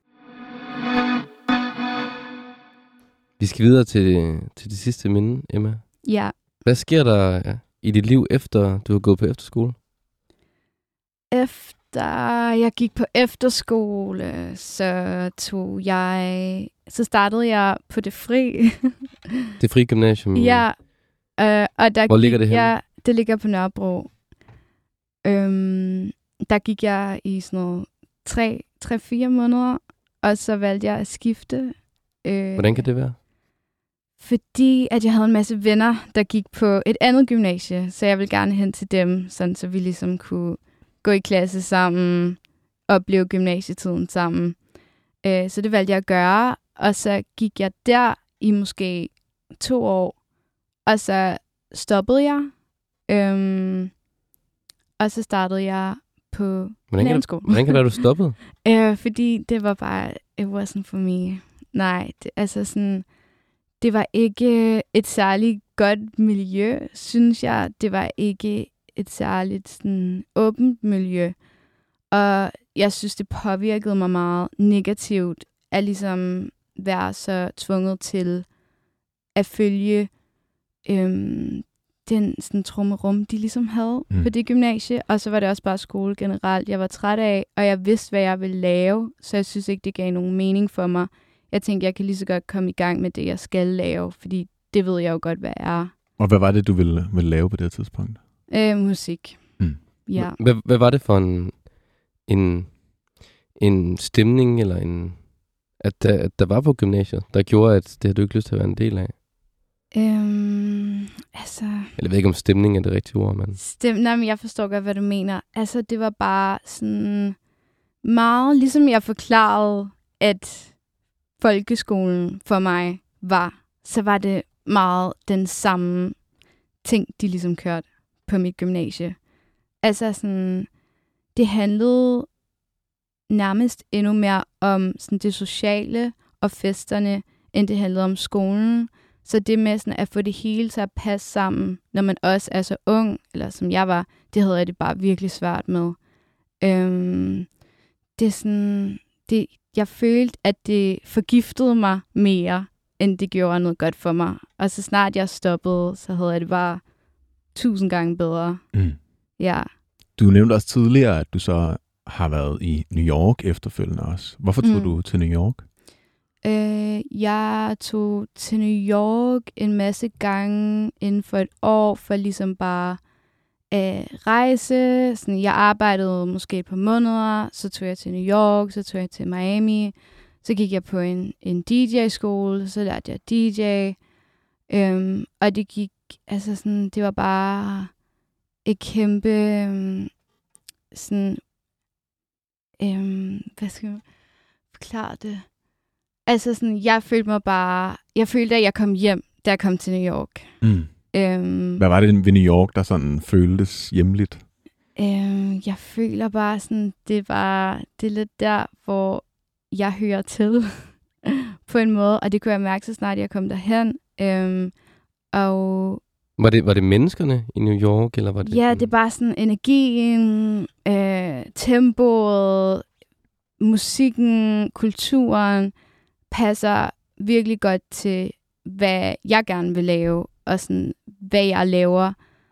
Vi skal videre til, til det sidste minde, Emma. Ja. Hvad sker der i dit liv, efter du har gået på efterskole? Efter jeg gik på efterskole, så tog jeg... Så startede jeg på det fri. Det fri gymnasium? Ja. Øh, og der Hvor ligger det henne? Jeg, det ligger på Nørrebro. Øhm, der gik jeg i sådan noget tre, tre, fire måneder, og så valgte jeg at skifte. Øh, Hvordan kan det være? Fordi at jeg havde en masse venner, der gik på et andet gymnasie, så jeg ville gerne hen til dem, sådan, så vi ligesom kunne gå i klasse sammen, opleve gymnasietiden sammen. Øh, så det valgte jeg at gøre, og så gik jeg der i måske to år, og så stoppede jeg. Øhm, og så startede jeg på lærerskole. Hvordan kan det være, du stoppede? øh, fordi det var bare, it wasn't for me. Nej, det, altså sådan, det var ikke et særligt godt miljø, synes jeg. Det var ikke et særligt sådan, åbent miljø. Og jeg synes, det påvirkede mig meget negativt, at ligesom være så tvunget til at følge øhm, den sådan, trummerum, de ligesom havde mm. på det gymnasie. Og så var det også bare skole generelt, jeg var træt af, og jeg vidste, hvad jeg ville lave, så jeg synes ikke, det gav nogen mening for mig. Jeg tænkte, jeg kan lige så godt komme i gang med det, jeg skal lave, fordi det ved jeg jo godt, hvad jeg er. Og hvad var det, du ville, ville lave på det tidspunkt? Øh, musik. Mm. Ja. Hvad, hvad var det for en, en, en stemning, eller en, at der, at der var på gymnasiet, der gjorde, at det havde du ikke lyst til at være en del af? Øhm, altså... Jeg ved ikke, om stemning er det rigtige ord, men... Stem, nej, men jeg forstår godt, hvad du mener. Altså, det var bare sådan meget, ligesom jeg forklarede, at folkeskolen for mig var, så var det meget den samme ting, de ligesom kørte på mit gymnasie. Altså sådan, det handlede nærmest endnu mere om sådan det sociale og festerne, end det handlede om skolen. Så det med sådan at få det hele til at passe sammen, når man også er så ung, eller som jeg var, det havde jeg det bare virkelig svært med. Øhm, det er sådan, det, jeg følte, at det forgiftede mig mere, end det gjorde noget godt for mig. Og så snart jeg stoppede, så havde jeg det bare tusind gange bedre. Mm. Ja. Du nævnte også tidligere, at du så har været i New York efterfølgende også. Hvorfor tog mm. du til New York? Øh, jeg tog til New York en masse gange inden for et år, for ligesom bare at rejse. Sådan, jeg arbejdede måske et par måneder, så tog jeg til New York, så tog jeg til Miami. Så gik jeg på en, en D J-skole, så lærte jeg D J. Øhm, og det gik, altså sådan, det var bare et kæmpe, øhm, sådan, øhm, hvad skal man forklare det? Altså sådan, jeg følte mig bare, jeg følte, at jeg kom hjem, da jeg kom til New York. Mm. Øhm, Hvad var det ved New York, der sådan føltes hjemligt? Øhm, jeg føler bare sådan, det var, det er lidt der, hvor jeg hører til på en måde, og det kunne jeg mærke, så snart jeg kom derhen. Øhm, og var det, var det menneskerne i New York, eller var det? Ja, det er bare sådan energien, øh, tempoet, musikken, kulturen passer virkelig godt til, hvad jeg gerne vil lave, og sådan, hvad jeg laver.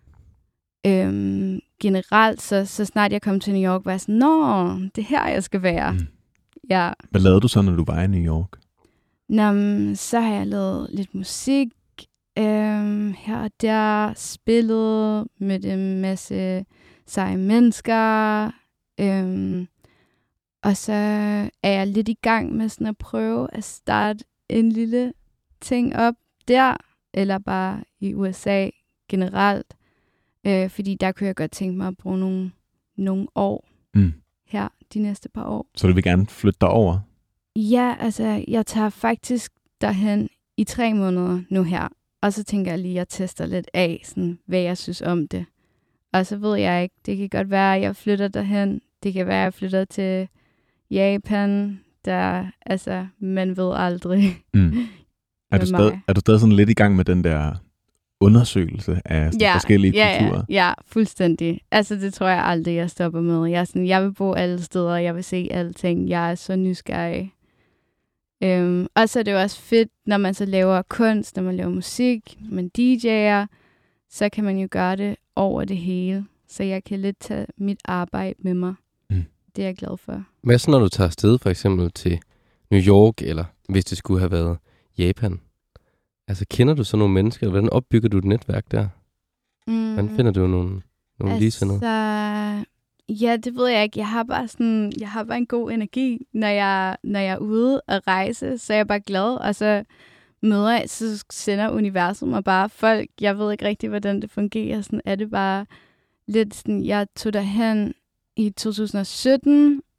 Øhm, generelt, så, så snart jeg kom til New York, var jeg sådan, nå, det er her, jeg skal være. Mm. Ja. Hvad lavede du så, når du var i New York? Nå, så har jeg lavet lidt musik, øhm, her og der, spillet med en masse seje mennesker, øhm, og så er jeg lidt i gang med sådan at prøve at starte en lille ting op der, eller bare i U S A generelt. Øh, fordi der kunne jeg godt tænke mig at bruge nogle, nogle år mm. her de næste par år. Så du vil gerne flytte derover? Ja, altså jeg tager faktisk derhen i tre måneder nu her. Og så tænker jeg lige, at jeg tester lidt af, sådan, hvad jeg synes om det. Og så ved jeg ikke, det kan godt være, at jeg flytter derhen. Det kan være, at jeg flytter til Japan. Der, altså, man ved aldrig. Mm. Er, du stadig, er du stadig sådan lidt i gang med den der undersøgelse af ja, forskellige ja, kulturer? Ja, ja, fuldstændig. Altså, det tror jeg aldrig, jeg stopper med. Jeg, er sådan, jeg vil bo alle steder, jeg vil se alting. Jeg er så nysgerrig. Øhm, og så er det jo også fedt, når man så laver kunst, når man laver musik, når man D J'er, så kan man jo gøre det over det hele. Så jeg kan lidt tage mit arbejde med mig. Mm. Det er jeg glad for. Hvad så, når du tager afsted for eksempel til New York, eller hvis det skulle have været Japan? Altså, kender du så nogle mennesker? Hvordan opbygger du et netværk der? Mm. Hvordan finder du nogle, nogle altså, ligesindede? Ja, det ved jeg ikke. Jeg har bare sådan, jeg har bare en god energi, når jeg, når jeg er ude og rejse, så er jeg bare glad, og så møder jeg, så sender universet mig bare folk. Jeg ved ikke rigtig, hvordan det fungerer. Sådan er det bare lidt sådan, jeg tog derhen i to tusind og sytten,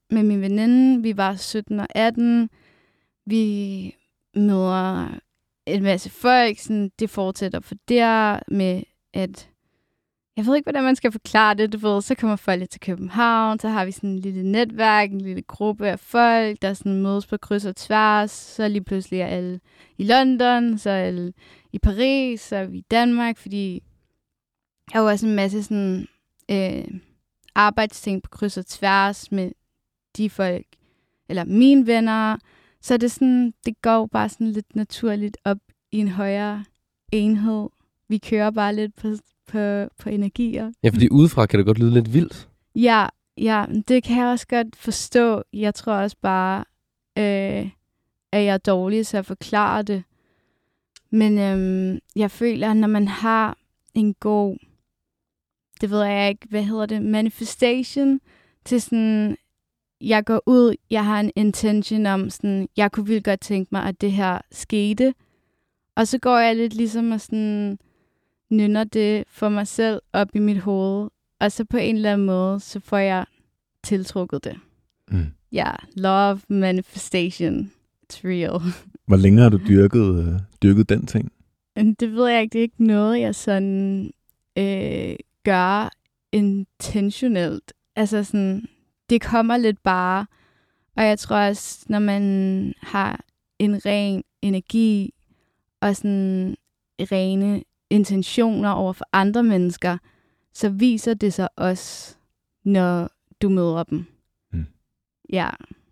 med min veninde. Vi var sytten og atten. Vi møder en masse folk. Sådan, det fortsætter for der med, at jeg ved ikke, hvordan man skal forklare det. Du ved, så kommer folk lidt til København. Så har vi sådan en lille netværk, en lille gruppe af folk, der sådan mødes på kryds og tværs. Så lige pludselig er alle i London, så er alle i Paris, så er vi i Danmark, fordi jeg har jo også en masse sådan, øh, arbejdsting på kryds og tværs med de folk, eller mine venner. Så det, sådan, det går bare sådan lidt naturligt op i en højere enhed. Vi kører bare lidt på, på, på energier. Ja, fordi udefra kan det godt lyde lidt vildt. Ja, ja, det kan jeg også godt forstå. Jeg tror også bare, øh, at jeg er dårlig til at forklare det. Men øhm, jeg føler, at når man har en god, det ved jeg ikke, hvad hedder det, manifestation, til sådan, jeg går ud, jeg har en intention om sådan, jeg kunne vildt godt tænke mig, at det her skete. Og så går jeg lidt ligesom og sådan, nynner det for mig selv op i mit hoved. Og så på en eller anden måde, så får jeg tiltrukket det. Mm. Ja, yeah, love manifestation. It's real. Hvor længe har du dyrket, øh, dyrket den ting? Det ved jeg ikke. Det er ikke noget, jeg sådan øh, gør intentionelt. Altså sådan, det kommer lidt bare. Og jeg tror også, når man har en ren energi og sådan rene intentioner over for andre mennesker, så viser det sig også, når du møder dem. Mm. Ja.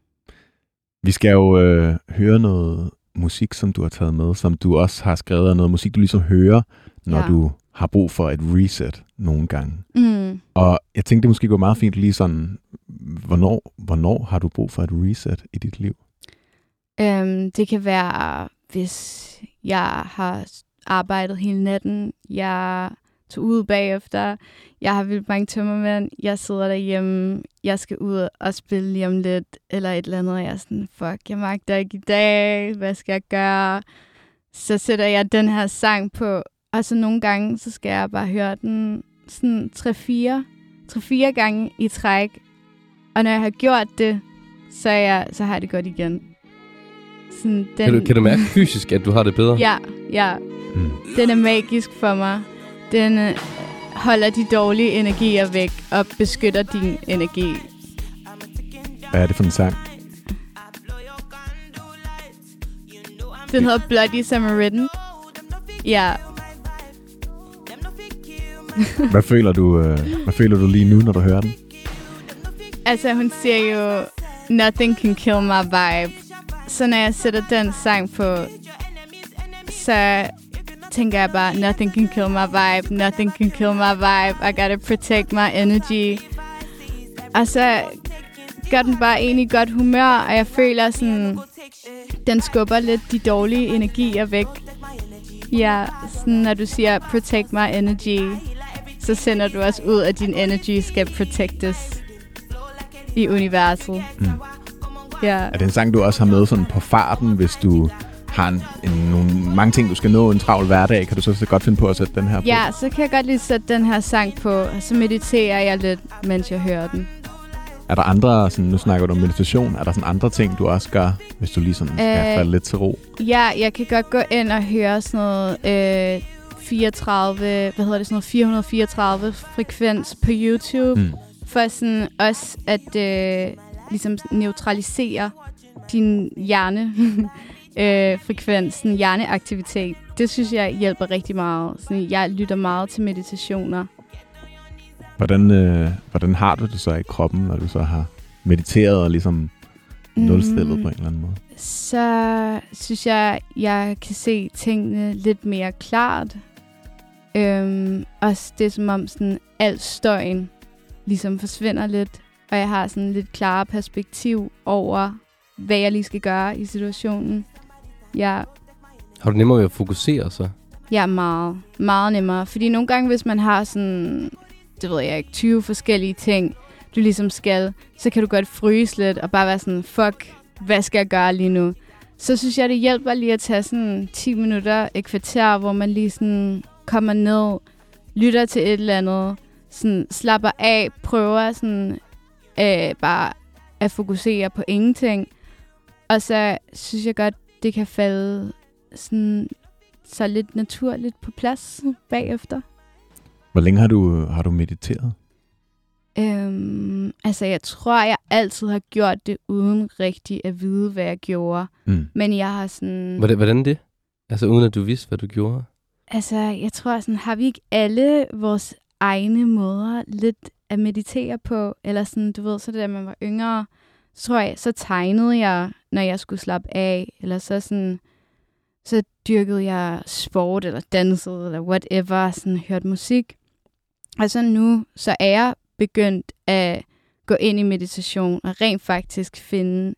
Vi skal jo øh, høre noget musik, som du har taget med, som du også har skrevet, og noget musik, du ligesom hører, når ja. du har brug for et reset nogle gange. Mm. Og jeg tænkte, det måske går meget fint lige sådan, hvornår, hvornår har du brug for et reset i dit liv? Um, det kan være, hvis jeg har arbejdet hele natten, jeg tog ud bagefter, jeg har vildt mange tømmermænd, jeg sidder derhjemme, jeg skal ud og spille lige om lidt, eller et eller andet, og jeg er sådan, fuck, jeg magter ikke i dag, hvad skal jeg gøre? Så sætter jeg den her sang på, og så nogle gange, så skal jeg bare høre den sådan tre-fire, tre-fire gange i træk, og når jeg har gjort det, så, er jeg, så har jeg det godt igen. Sådan, den... kan, du, kan du mærke fysisk, at du har det bedre? Ja, ja. Mm. Den er magisk for mig. Den øh, holder de dårlige energier væk og beskytter din energi. Hvad er det for en sang? Den hedder Bloody Samaritan. Ja. hvad føler du? Øh, hvad føler du lige nu, når du hører den? Altså, hun siger jo, nothing can kill my vibe. Så når jeg sætter den sang på, så tænker jeg bare, nothing can kill my vibe, nothing can kill my vibe, I gotta protect my energy. Og så gør den bare en i godt humør, og jeg føler sådan, den skubber lidt de dårlige energier væk. Ja, sådan når du siger, protect my energy, så sender du også ud, at din energy skal protectes i universet. Mm. Ja. Er det en sang, du også har med sådan på farten, hvis du har en, en, nogle, mange ting, du skal nå en travl hverdag? Kan du så, så godt finde på at sætte den her på? Ja, så kan jeg godt lige sætte den her sang på, og så mediterer jeg lidt, mens jeg hører den. Er der andre, sådan, nu snakker du om meditation, er der sådan andre ting, du også gør, hvis du lige sådan skal øh, falde lidt til ro? Ja, jeg kan godt gå ind og høre sådan noget øh, fireogtredive, hvad hedder det, sådan noget fire hundrede fireogtredive frekvens på YouTube, mm. for sådan også at øh, ligesom neutralisere din hjerne øh, frekvensen, hjerneaktivitet. Det synes jeg hjælper rigtig meget. Sådan, jeg lytter meget til meditationer. Hvordan, øh, hvordan har du det så i kroppen, når du så har mediteret og ligesom nulstillet mm, på en eller anden måde? Så synes jeg, jeg kan se tingene lidt mere klart. Øhm, også det er som om sådan, al støjen ligesom forsvinder lidt, og jeg har sådan lidt klarere perspektiv over, hvad jeg lige skal gøre i situationen. Jeg har du nemmere ved at fokusere så? Ja, meget. Meget nemmere. Fordi nogle gange, hvis man har sådan, det ved jeg ikke, tyve forskellige ting, du ligesom skal, så kan du godt fryse lidt og bare være sådan, fuck, hvad skal jeg gøre lige nu? Så synes jeg, det hjælper lige at tage sådan ti minutter, et kvarter, hvor man lige sådan kommer ned, lytter til et eller andet, sådan slapper af, prøver sådan øh, bare at fokusere på ingenting. Og så synes jeg godt, det kan falde sådan, så lidt naturligt på plads bagefter. Hvor længe har du, har du mediteret? Øhm, altså, jeg tror, jeg altid har gjort det, uden rigtig at vide, hvad jeg gjorde. Mm. Men jeg har sådan... Hvordan, hvordan det? Altså, uden at du vidste, hvad du gjorde? Altså, jeg tror sådan, har vi ikke alle vores egne måder lidt at meditere på? Eller sådan, du ved, så det da man var yngre, så tror jeg, så tegnede jeg, når jeg skulle slappe af. Eller så sådan, så dyrkede jeg sport, eller dansede, eller whatever, sådan hørte musik. Og så nu, så er jeg begyndt at gå ind i meditation, og rent faktisk finde,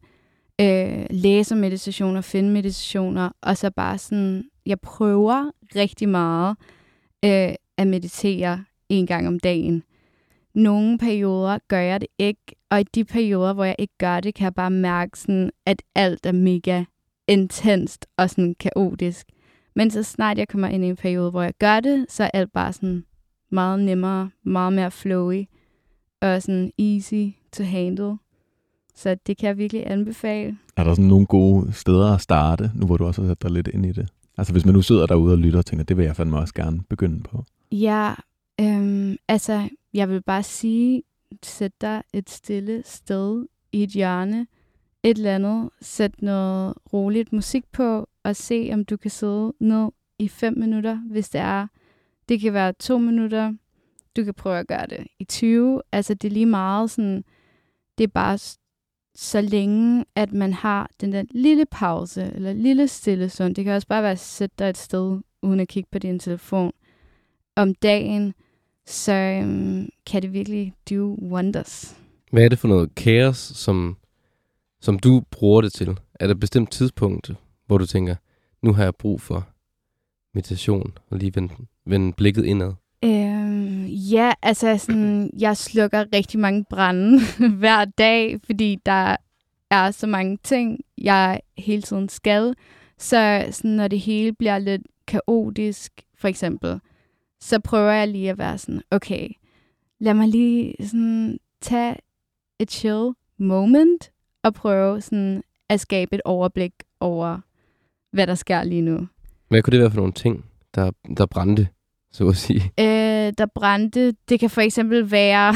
øh, læse meditationer, finde meditationer, og så bare sådan, jeg prøver rigtig meget øh, at meditere en gang om dagen. Nogle perioder gør jeg det ikke, og i de perioder, hvor jeg ikke gør det, kan jeg bare mærke, sådan, at alt er mega intenst og sådan kaotisk. Men så snart jeg kommer ind i en periode, hvor jeg gør det, så er alt bare sådan meget nemmere, meget mere flowy og sådan easy to handle. Så det kan jeg virkelig anbefale. Er der sådan nogle gode steder at starte, nu hvor du også har sat dig lidt ind i det? Altså hvis man nu sidder derude og lytter og tænker, det vil jeg fandme også gerne begynde på. Ja, øhm, altså jeg vil bare sige, sæt dig et stille sted i et hjørne, et eller andet, sæt noget roligt musik på, og se om du kan sidde ned i fem minutter, hvis det er. Det kan være to minutter. Du kan prøve at gøre det i tyve. Altså det er lige meget sådan, det er bare så længe, at man har den der lille pause, eller lille stille stund. Det kan også bare være at sætte dig et sted, uden at kigge på din telefon om dagen, så øhm, kan det virkelig do wonders. Hvad er det for noget kaos, som, som du bruger det til? Er der et bestemt tidspunkt, hvor du tænker, nu har jeg brug for meditation, og lige vende, vende blikket indad? Øhm, ja, altså sådan, jeg slukker rigtig mange brænde hver dag, fordi der er så mange ting, jeg hele tiden skal. Så sådan, når det hele bliver lidt kaotisk, for eksempel, så prøver jeg lige at være sådan, okay, lad mig lige sådan, tage et chill moment, og prøve sådan, at skabe et overblik over, hvad der sker lige nu. Hvad kunne det være for nogle ting, der, der brændte, så at sige? Øh, der brændte, det kan for eksempel være,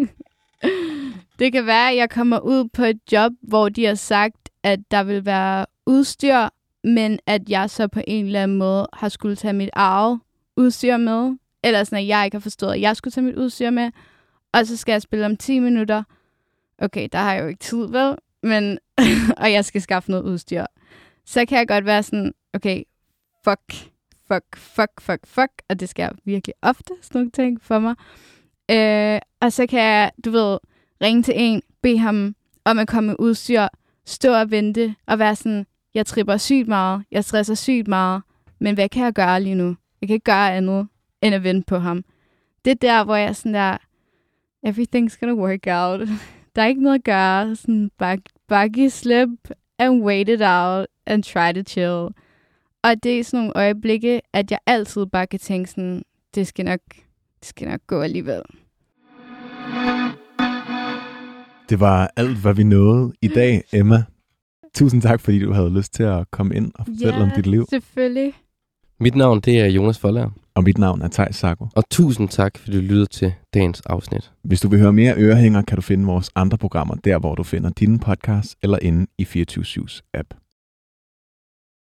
det kan være, at jeg kommer ud på et job, hvor de har sagt, at der vil være udstyr, men at jeg så på en eller anden måde har skulle tage mit eget udstyr med, eller sådan, at jeg ikke har forstået, at jeg skulle tage mit udstyr med, og så skal jeg spille om ti minutter. Okay, der har jeg jo ikke tid, vel? Men, og jeg skal skaffe noget udstyr. Så kan jeg godt være sådan, okay, fuck, fuck, fuck, fuck, fuck, og det sker virkelig ofte, sådan nogle ting for mig. Øh, og så kan jeg, du ved, ringe til en, bede ham om at komme med udstyr, stå og vente, og være sådan, jeg tripper sygt meget, jeg stresser sygt meget, men hvad kan jeg gøre lige nu? Jeg kan ikke gøre andet, end at vente på ham. Det er der, hvor jeg er sådan der, everything's gonna work out. Der er ikke noget at gøre, sådan bare, bare give slip and wait it out and try to chill. Og det er sådan nogle øjeblikke, at jeg altid bare kan tænke sådan, det skal nok, det skal nok gå alligevel. Det var alt, hvad vi nåede i dag, Emma. Tusind tak, fordi du havde lyst til at komme ind og fortælle ja, om dit liv. Selvfølgelig. Mit navn, det er Jonas Forlager. Og mit navn er Theis Sacco. Og tusind tak, fordi du lyttede til dagens afsnit. Hvis du vil høre mere Ørehænger, kan du finde vores andre programmer der, hvor du finder dine podcasts, eller inde i fireogtyve syvs app.